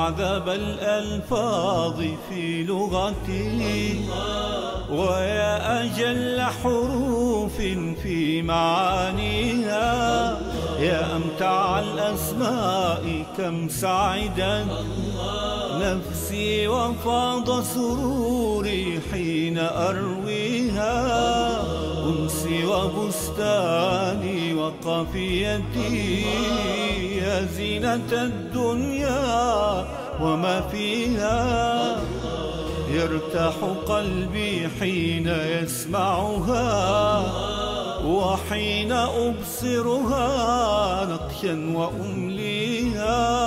أعذب الألفاظ في لغتي، ويا أجل حروف في معانيها، يا أمتع الأسماء كم سعدت نفسي وفاض سروري حين أرويها، أنسي وبستاني وقافيتي، يا زينة الدنيا وما فيها، يرتاح قلبي حين يسمعها، وحين أبصرها نقشا وأمليها.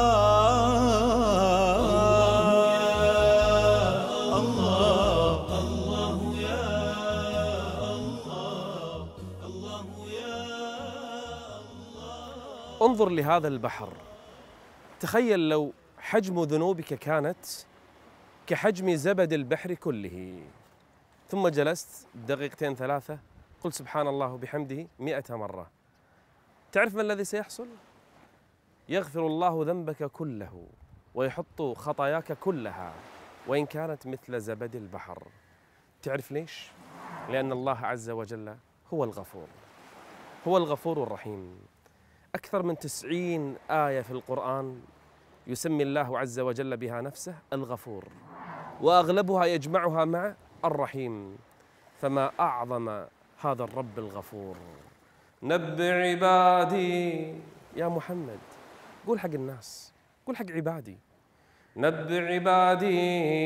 انظر لهذا البحر، تخيل لو حجم ذنوبك كانت كحجم زبد البحر كله، ثم جلست دقيقتين ثلاثة قلت سبحان الله وبحمده 100 مرة، تعرف ما الذي سيحصل؟ يغفر الله ذنبك كله ويحط خطاياك كلها وإن كانت مثل زبد البحر. تعرف ليش؟ لأن الله عز وجل هو الغفور، هو الغفور الرحيم. أكثر من 90 آية في القرآن يسمي الله عز وجل بها نفسه الغفور، وأغلبها يجمعها مع الرحيم، فما أعظم هذا الرب الغفور. نبئ عبادي يا محمد، قول حق الناس، قول حق عبادي، نبئ عبادي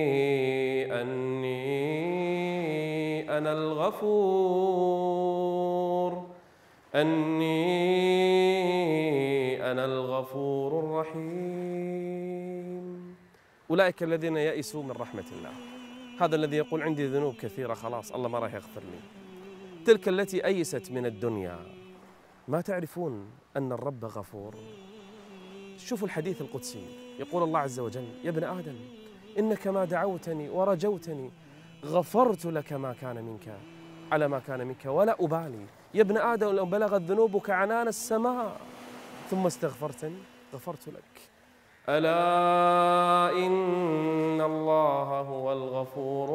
أني أنا الغفور، أني أنا الغفور الرحيم. أولئك الذين يئسوا من رحمة الله، هذا الذي يقول عندي ذنوب كثيرة خلاص الله ما راح يغفر لي. تلك التي أيست من الدنيا، ما تعرفون أن الرب غفور؟ شوفوا الحديث القدسي، يقول الله عز وجل: يا ابن آدم إنك ما دعوتني ورجوتني غفرت لك ما كان منك على ما كان منك ولا أبالي. يا ابن آدم لو بلغت ذنوبك عنان السماء ثم استغفرتني غفرت لك. ألا إن الله هو الغفور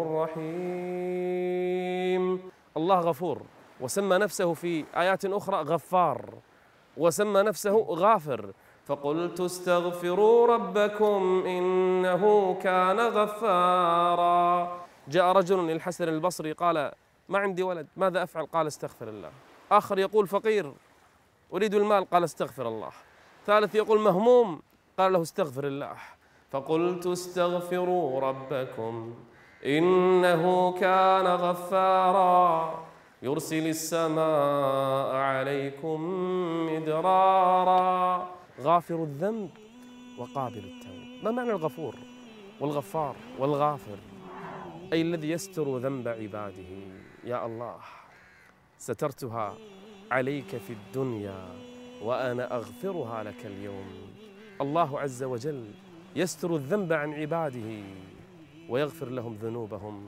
الرحيم. الله غفور، وسمى نفسه في آيات أخرى غفار، وسمى نفسه غافر. فقلت استغفروا ربكم إنه كان غفارا. جاء رجل للحسن البصري قال: ما عندي ولد، ماذا أفعل؟ قال: استغفر الله. آخر يقول: فقير أريد المال، قال: استغفر الله. ثالث يقول: مهموم، قال له: استغفر الله. فقلت استغفروا ربكم إنه كان غفارا يرسل السماء عليكم مدرارا. غافر الذنب وقابل التوب. ما معنى الغفور والغفار والغافر؟ أي الذي يستر ذنب عباده. يا الله سترتها عليك في الدنيا وأنا أغفرها لك اليوم. الله عز وجل يستر الذنب عن عباده ويغفر لهم ذنوبهم.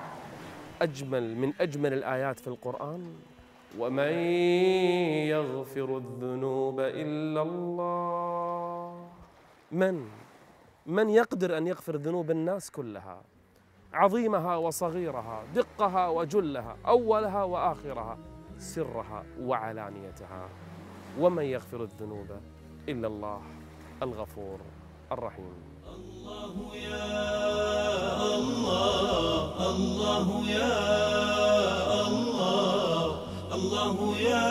من أجمل الآيات في القرآن: ومن يغفر الذنوب إلا الله. من يقدر أن يغفر ذنوب الناس كلها، عظيمها وصغيرها، دقها وجلها، أولها وآخرها، سرها وعلانيتها. ومن يغفر الذنوب إلا الله الغفور الرحيم. الله يا الله، الله يا الله، الله يا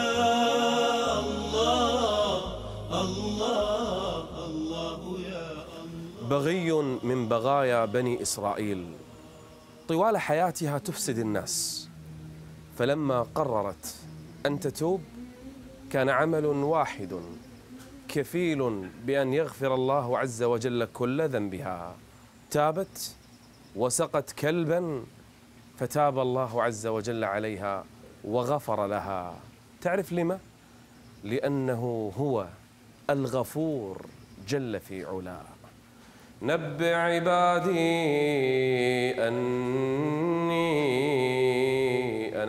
الله، الله الله يا الله. بغي من بغايا بني إسرائيل طوال حياتها تفسد الناس، فلما قررت أن تتوب كان عمل واحد كفيل بأن يغفر الله عز وجل كل ذنبها. تابت وسقت كلبا فتاب الله عز وجل عليها وغفر لها. تعرف لما؟ لأنه هو الغفور جل في علاه. نبئ عبادي أني أنا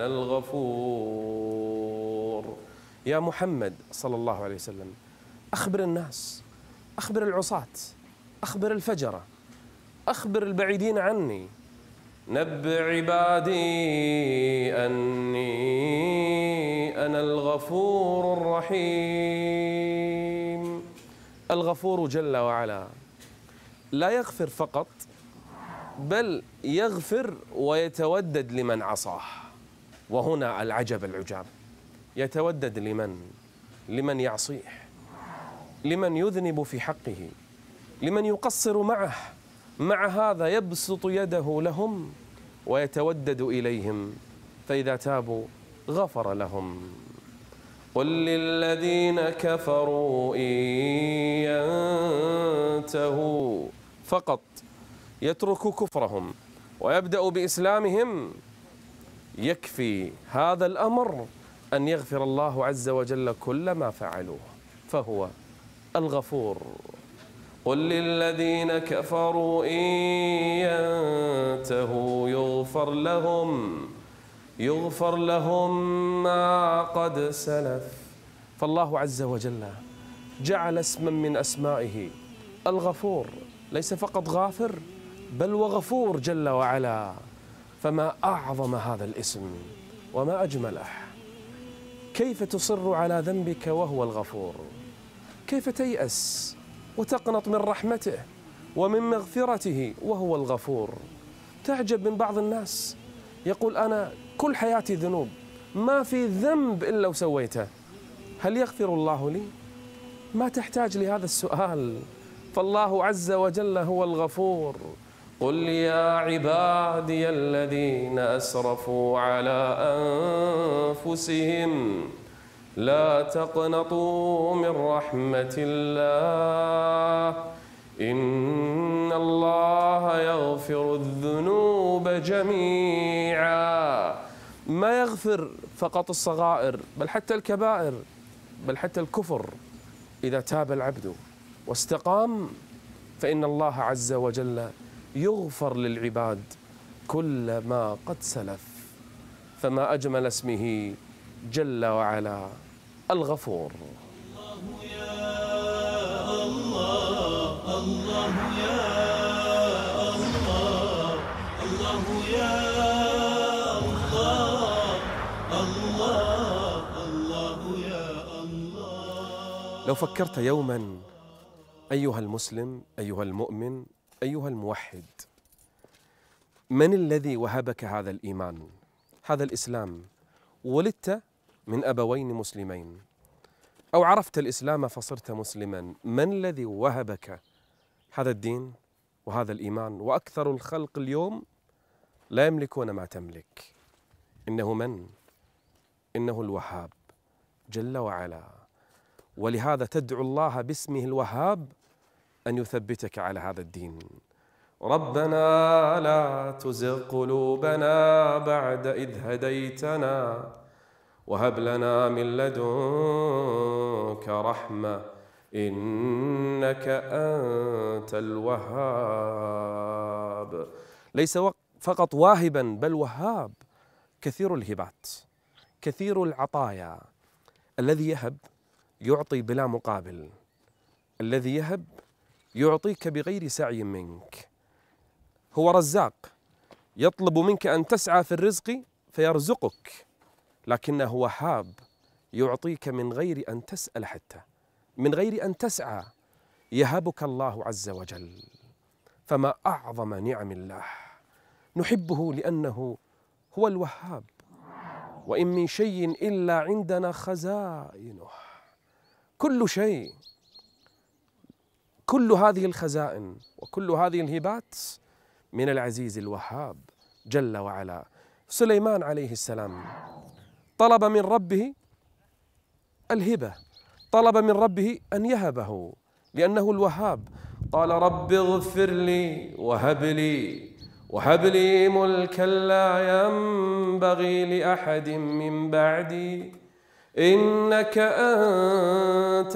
الغفور. يا محمد صلى الله عليه وسلم، أخبر الناس، أخبر العصاة أخبر الفجرة، أخبر البعيدين عني، نبئ عبادي أني أنا الغفور الرحيم. الغفور جل وعلا لا يغفر فقط، بل يغفر ويتودد لمن عصاه. وهنا العجب العجاب، يتودد لمن يعصيه، لمن يذنب في حقه، لمن يقصر معه. مع هذا يبسط يده لهم ويتودد إليهم، فإذا تابوا غفر لهم. قل للذين كفروا إن ينتهوا، فقط يتركوا كفرهم ويبدأوا بإسلامهم، يكفي هذا الأمر أن يغفر الله عز وجل كل ما فعلوه، فهو الغفور. قل للذين كفروا إن ينتهوا يغفر لهم ما قد سلف. فالله عز وجل جعل اسما من أسمائه الغفور، ليس فقط غافر بل وغفور جل وعلا. فما أعظم هذا الاسم وما أجمله. كيف تصر على ذنبك وهو الغفور؟ كيف تيأس وتقنط من رحمته ومن مغفرته وهو الغفور؟ تعجب من بعض الناس يقول أنا كل حياتي ذنوب، ما في ذنب إلا وسويته، هل يغفر الله لي؟ ما تحتاج لهذا السؤال، فالله عز وجل هو الغفور. قل يا عبادي الذين أسرفوا على أنفسهم لا تقنطوا من رحمة الله إن الله يغفر الذنوب جميعا. ما يغفر فقط الصغائر بل حتى الكبائر، بل حتى الكفر. إذا تاب العبد واستقام فإن الله عز وجل يغفر للعباد كل ما قد سلف. فما أجمل اسمه جل وعلا الغفور. الله يا الله، الله يا الله، الله يا الله، الله، الله يا الله. لو فكرت يوما أيها المسلم، أيها المؤمن، أيها الموحد، من الذي وهبك هذا الإيمان، هذا الإسلام؟ ولدت من أبوين مسلمين أو عرفت الإسلام فصرت مسلما، من الذي وهبك هذا الدين وهذا الإيمان؟ وأكثر الخلق اليوم لا يملكون ما تملك. إنه من؟ إنه الوهاب جل وعلا. ولهذا تدعو الله باسمه الوهاب أن يثبتك على هذا الدين. ربنا لا تزغ قلوبنا بعد إذ هديتنا وهب لنا من لدنك رحمة إنك أنت الوهاب. ليس فقط واهبا بل وهاب، كثير الهبات، كثير العطايا. الذي يهب يعطي بلا مقابل، الذي يهب يعطيك بغير سعي منك. هو رزاق، يطلب منك أن تسعى في الرزق فيرزقك، لكنه وهاب، يعطيك من غير أن تسأل، حتى من غير أن تسعى يهبك الله عز وجل. فما أعظم نعم الله، نحبه لأنه هو الوهاب. وإن من شيء إلا عندنا خزائنه. كل شيء، كل هذه الخزائن وكل هذه الهبات من العزيز الوهاب جل وعلا. سليمان عليه السلام طلب من ربه الهبة، طلب من ربه أن يهبه لأنه الوهاب. قال رب اغفر لي وهب لي ملكا لا ينبغي لأحد من بعدي إنك أنت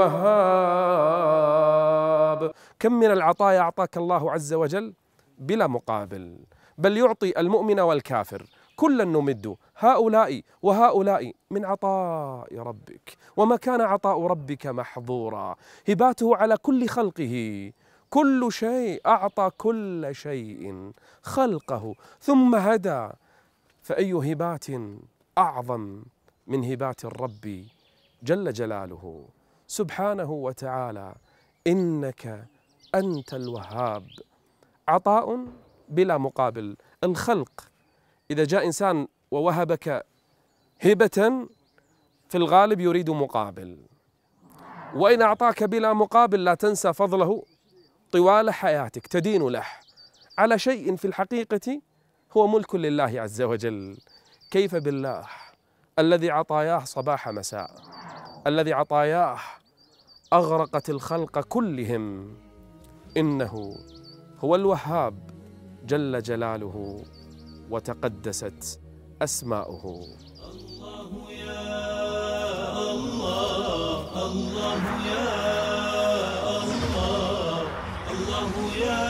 الوهاب. كم من العطايا أعطاك الله عز وجل بلا مقابل، بل يعطي المؤمن والكافر كلا نمد هؤلاء وهؤلاء من عطاء ربك وما كان عطاء ربك محظورا. هباته على كل خلقه كل شيء، أعطى كل شيء خلقه ثم هدى. فأي هبات أعظم من هبات الرب جل جلاله سبحانه وتعالى. إنك أنت الوهاب، عطاء بلا مقابل. الخلق إذا جاء إنسان ووهبك هبة في الغالب يريد مقابل، وإن أعطاك بلا مقابل لا تنسى فضله طوال حياتك، تدين له على شيء في الحقيقة هو ملك لله عز وجل. كيف بالله الذي عطاياه صباح مساء، الذي عطاياه أغرقت الخلق كلهم. إنه هو الوهاب جل جلاله وتقدست أسماؤه. الله يا الله، الله يا الله، الله يا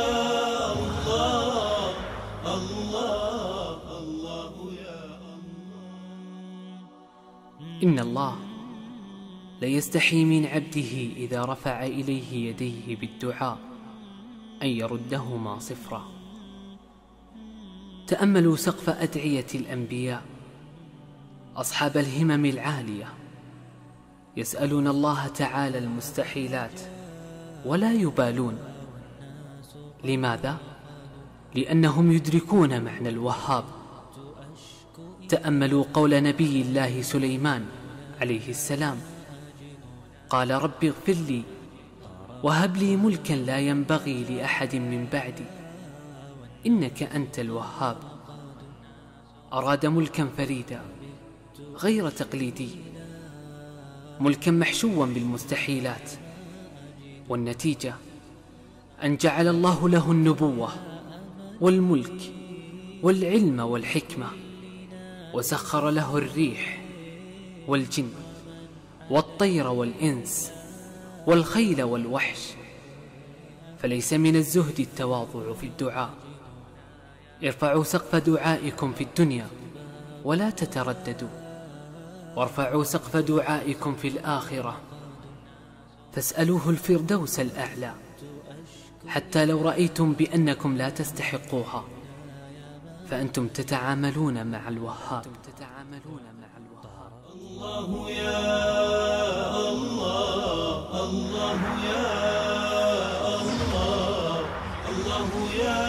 الله، الله الله يا الله. إن الله ليستحي من عبده إذا رفع إليه يديه بالدعاء أن يردهما صفرا. تأملوا سقف أدعية الأنبياء أصحاب الهمم العالية، يسألون الله تعالى المستحيلات ولا يبالون. لماذا؟ لأنهم يدركون معنى الوهاب. تأملوا قول نبي الله سليمان عليه السلام، قال رب اغفر لي وهب لي ملكا لا ينبغي لأحد من بعدي إنك أنت الوهاب. أراد ملكا فريدا غير تقليدي، ملكا محشوا بالمستحيلات، والنتيجة أن جعل الله له النبوة والملك والعلم والحكمة، وسخر له الريح والجن والطير والإنس والخيل والوحش. فليس من الزهد التواضع في الدعاء. ارفعوا سقف دعائكم في الدنيا ولا تترددوا، وارفعوا سقف دعائكم في الآخرة فاسألوه الفردوس الأعلى، حتى لو رأيتم بأنكم لا تستحقوها فأنتم تتعاملون مع الوهاب. الله يا الله، الله يا الله، الله يا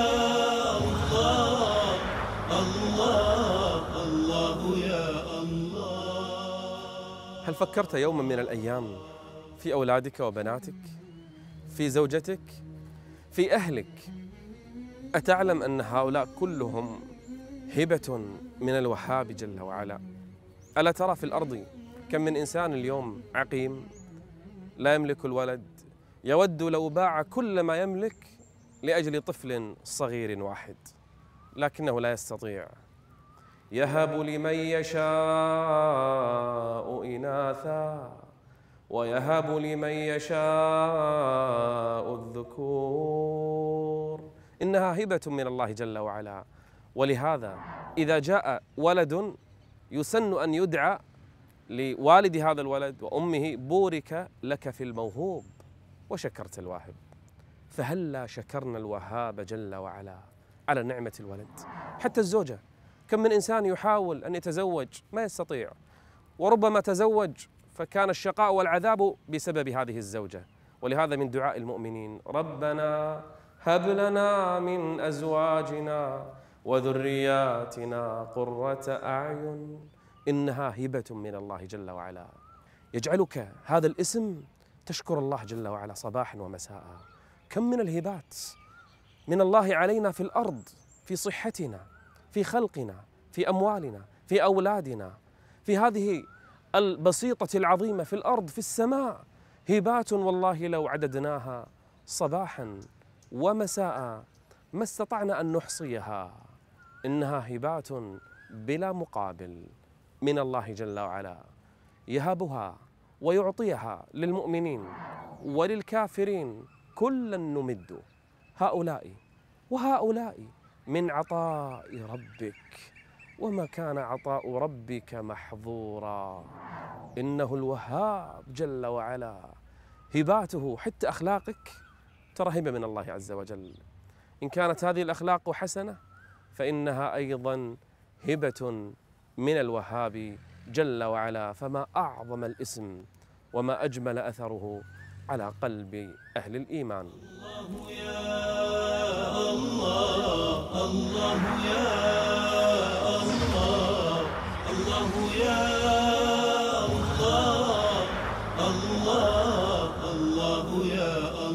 الله، الله الله يا الله. هل فكرت يوما من الأيام في أولادك وبناتك، في زوجتك، في أهلك؟ أتعلم أن هؤلاء كلهم هبة من الوهاب جل وعلا؟ ألا ترى في الأرض كم من إنسان اليوم عقيم لا يملك الولد، يود لو باع كل ما يملك لأجل طفل صغير واحد، لكنه لا يستطيع. يهب لمن يشاء إناثا ويهب لمن يشاء الذكور. إنها هبة من الله جل وعلا. ولهذا إذا جاء ولد يسن أن يدعى لوالد هذا الولد وأمه بورك لك في الموهوب وشكرت الواهب. فهلا شكرنا الوهاب جل وعلا على نعمة الولد. حتى الزوجة، كم من إنسان يحاول أن يتزوج ما يستطيع، وربما تزوج فكان الشقاء والعذاب بسبب هذه الزوجة. ولهذا من دعاء المؤمنين ربنا هب لنا من أزواجنا وذرياتنا قرة أعين. إنها هبة من الله جل وعلا، يجعلك هذا الاسم تشكر الله جل وعلا صباحا ومساء. كم من الهبات من الله علينا في الأرض، في صحتنا، في خلقنا، في أموالنا، في أولادنا، في هذه البسيطة العظيمة في الأرض، في السماء. هبات والله لو عددناها صباحا ومساء ما استطعنا أن نحصيها. إنها هبات بلا مقابل من الله جل وعلا، يهبها ويعطيها للمؤمنين وللكافرين. كلا نمد هؤلاء وهؤلاء من عطاء ربك، وما كان عطاء ربك محظورا. إنه الوهاب جل وعلا. هباته حتى أخلاقك ترى هبة من الله عز وجل. إن كانت هذه الأخلاق حسنة فإنها أيضا هبة من الوهاب جل وعلا. فما أعظم الاسم وما أجمل أثره على قلب أهل الإيمان. الله يا الله، الله يا الله، الله يا الله، الله، الله يا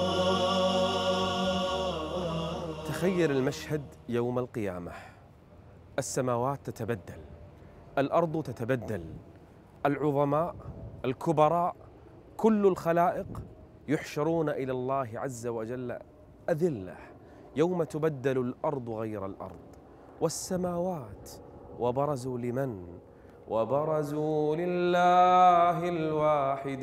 الله. تخيل المشهد يوم القيامة، السماوات تتبدل، الأرض تتبدل، العظماء الكبراء كل الخلائق يحشرون إلى الله عز وجل أذلة، يوم تبدل الأرض غير الأرض والسماوات، وبرزوا لمن؟ وبرزوا لله الواحد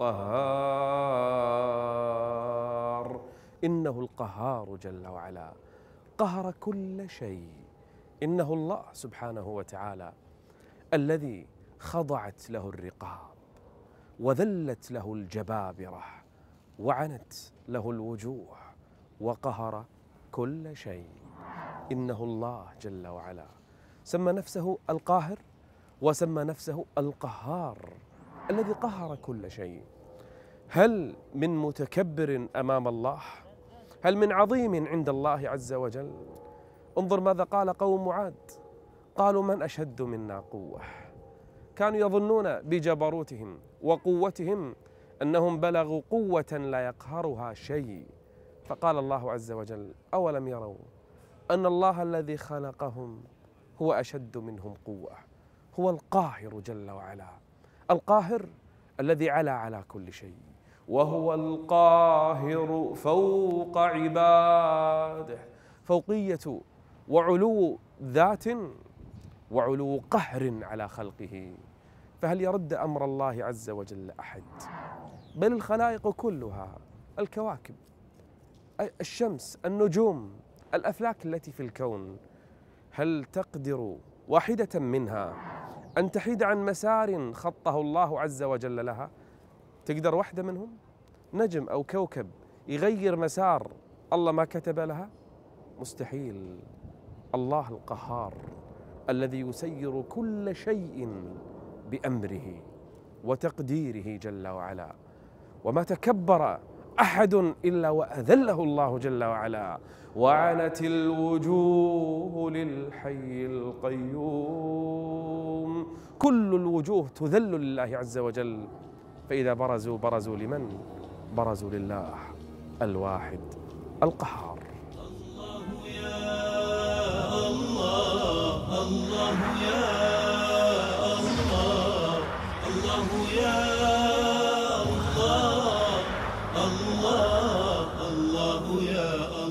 القهار. إنه القهار جل وعلا، قهر كل شيء. إنه الله سبحانه وتعالى الذي خضعت له الرقاب وذلت له الجبابرة وعنت له الوجوه وقهر كل شيء. إنه الله جل وعلا سمى نفسه القاهر وسمى نفسه القهار الذي قهر كل شيء. هل من متكبر أمام الله؟ هل من عظيم عند الله عز وجل؟ انظر ماذا قال قوم عاد، قالوا من أشد منا قوة. كانوا يظنون بجبروتهم وقوتهم أنهم بلغوا قوة لا يقهرها شيء. فقال الله عز وجل أولم يروا أن الله الذي خلقهم هو أشد منهم قوة. هو القاهر جل وعلا، القاهر الذي علا على كل شيء، وهو القاهر فوق عباده. فوقية وعلو ذات وعلو قهر على خلقه. فهل يرد أمر الله عز وجل أحد؟ بل الخلائق كلها، الكواكب، الشمس، النجوم، الأفلاك التي في الكون، هل تقدر واحدة منها أن تحيد عن مسار خطه الله عز وجل لها؟ تقدر واحدة منهم؟ نجم أو كوكب يغير مسار الله ما كتب لها؟ مستحيل. الله القهار الذي يسير كل شيء بأمره وتقديره جل وعلا. وما تكبر أحد إلا وأذله الله جل وعلا. وعنت الوجوه للحي القيوم. كل الوجوه تذل لله عز وجل. فإذا برزوا لمن؟ برزوا لله الواحد القهار. الله يا الله، الله يا الله، الله يا الله، الله، الله يا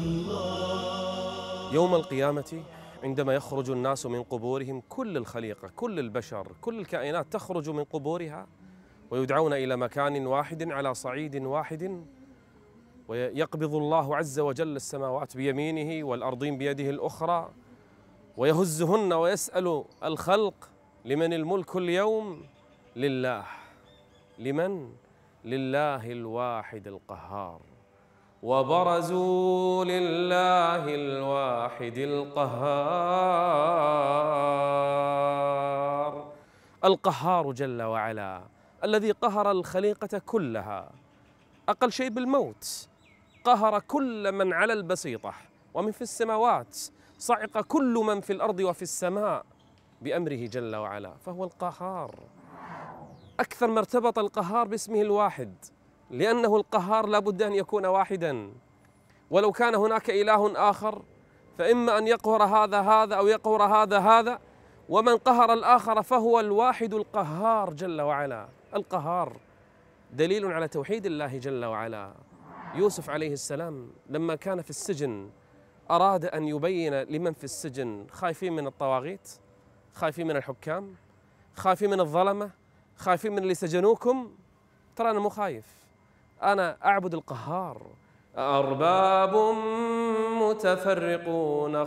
الله. يوم القيامة عندما يخرج الناس من قبورهم، كل الخليقة، كل البشر، كل الكائنات تخرج من قبورها ويدعون إلى مكان واحد على صعيد واحد، ويقبض الله عز وجل السماوات بيمينه والأرضين بيده الأخرى ويهزهن ويسأل الخلق لمن الملك اليوم؟ لله. لمن؟ لله الواحد القهار. وبرزوا لله الواحد القهار. القهار جل وعلا الذي قهر الخليقة كلها، أقل شيء بالموت، قهر كل من على البسيطة ومن في السماوات، صعق كل من في الأرض وفي السماء بأمره جل وعلا. فهو القهار. أكثر ما ارتبط القهار باسمه الواحد، لأنه القهار لا بد أن يكون واحدا. ولو كان هناك إله آخر فإما أن يقهر هذا أو يقهر هذا، ومن قهر الآخر فهو الواحد القهار جل وعلا. القهار دليل على توحيد الله جل وعلا. يوسف عليه السلام لما كان في السجن أراد أن يبين لمن في السجن، خايفين من الطواغيت، خايفين من الحكام، خايفين من الظلمة، خايفين من اللي سجنوكم. ترى أنا مو خايف، أنا أعبد القهار. أرباب متفرقون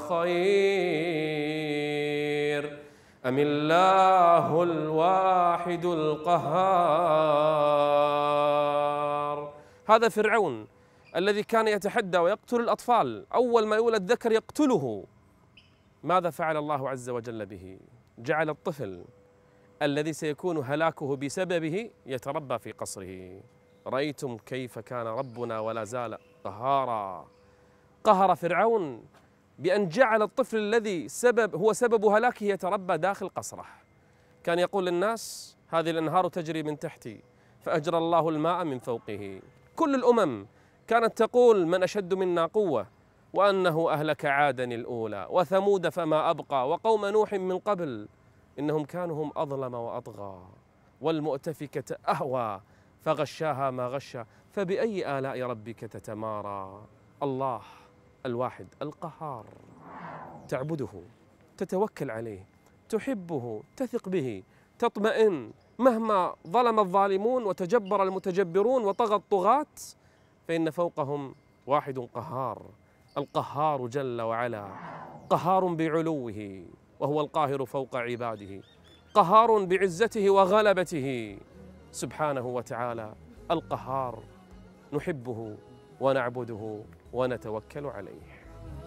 خير أم الله الواحد القهار. هذا فرعون الذي كان يتحدى ويقتل الأطفال، أول ما يولد ذكر يقتله، ماذا فعل الله عز وجل به؟ جعل الطفل الذي سيكون هلاكه بسببه يتربى في قصره. رأيتم كيف كان ربنا ولا زال قهارا. قهر فرعون بأن جعل الطفل الذي هو سبب هلاكه يتربى داخل قصره. كان يقول للناس: هذه الأنهار تجري من تحتي، فأجرى الله الماء من فوقه. كل الأمم كانت تقول: من أشد منا قوة، وأنه أهلك عادا الأولى وثمود فما أبقى وقوم نوح من قبل إنهم كانوا هم أظلم وأطغى والمؤتفكة أهوى فغشاها ما غشى فبأي آلاء ربك تتمارى. الله الواحد القهار، تعبده، تتوكل عليه، تحبه، تثق به، تطمئن مهما ظلم الظالمون وتجبر المتجبرون وطغى الطغاة، فإن فوقهم واحد قهار. القهار جل وعلا قهار بعلوه، وهو القاهر فوق عباده، قهار بعزته وغلبته سبحانه وتعالى. القهار نحبه ونعبده ونتوكل عليه.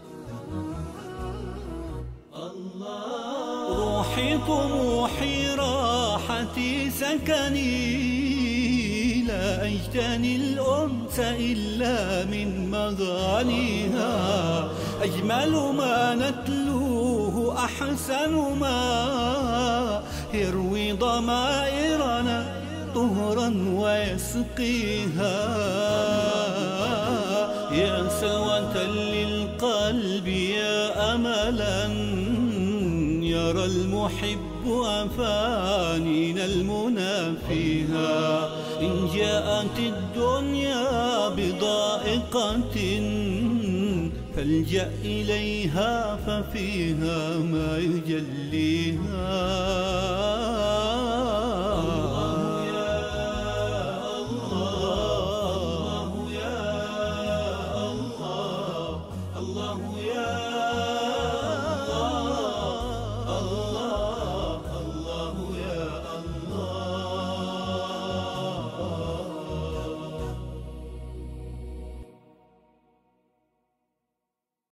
روحي طموحي راحتي سكني، لا أجتني الأنس إلا من مغانيها. أجمل ما نتلوه أحسن ما يروي ضمائرنا طهرا ويسقيها. يا سلوة للقلب يا أملا يرى المحب أفانينا المنى فيها. إن جاءت الدنيا بضائقة فالجأ إليها ففيها ما يجليها.